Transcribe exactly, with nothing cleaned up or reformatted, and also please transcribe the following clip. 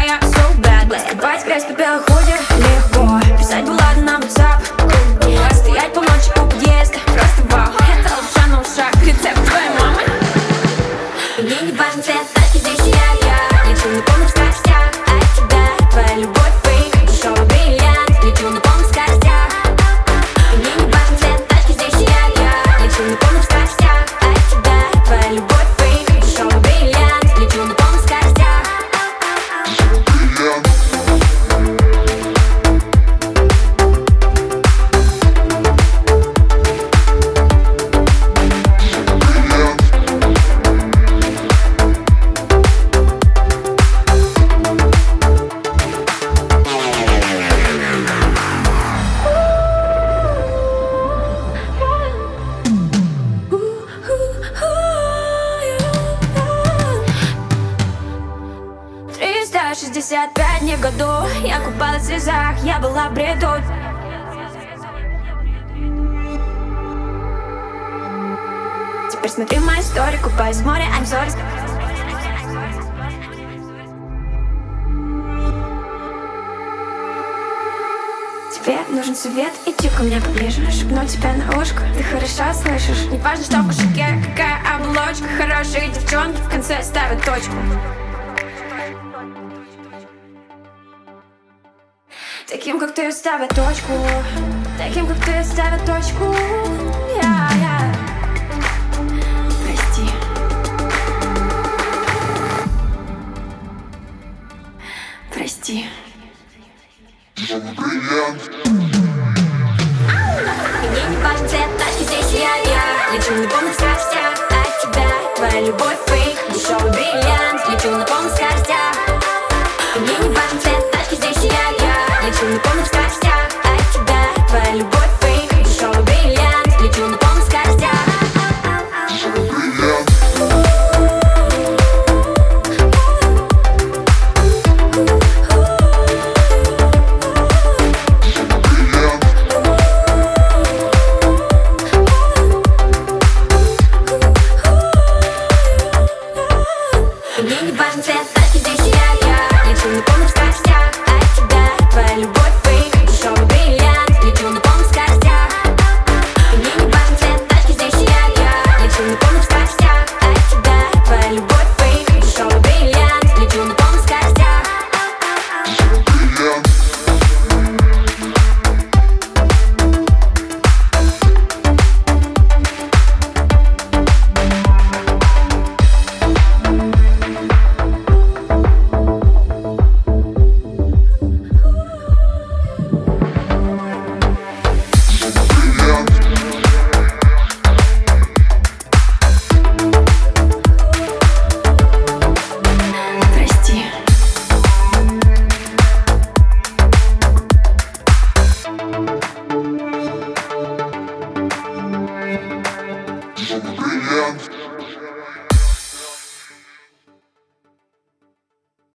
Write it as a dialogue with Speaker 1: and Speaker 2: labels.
Speaker 1: моя so bad. Скрывать грязь под белой худи легко. Писать булады на WhatsApp. Стоять полночи у подъезда. Просто вау, это лапша на ушах. Рецепт твоей мамы. И мне не важен цвет тачки, здесь я, я лечу на полных скоростях. А от тебя твоя любовь фейк, дешевый бриллиант. Лечу на полных скоростях. И мне не важен цвет тачки, здесь я, я лечу на полных скоростях. А от тебя твоя любовь фейк, дешевый бриллиант. Лечу на полных скоростях. триста шестьдесят пять дней в году я купалась в слезах, я была в бреду. Теперь смотри мою историю, купаюсь в море, I'm sorry. Тебе нужен совет, иди ко мне поближе. Шепну тебя на ушко, ты хорошо слышишь. Не важно, что в кошельке, какая оболочка. Хорошие девчонки в конце ставят точку. Таким, как ты, ставят точку. Таким, как ты, ставят точку. Я, я. Прости. Прости. И мне не важен цвет тачки, здесь я, я лечу на полных скоростях. А от тебя твоя любовь фейк, дешевый бриллиант. Лечу на полных скоростях. И мне не важен цвет тачки, здесь я, я лечу на полных скоростях.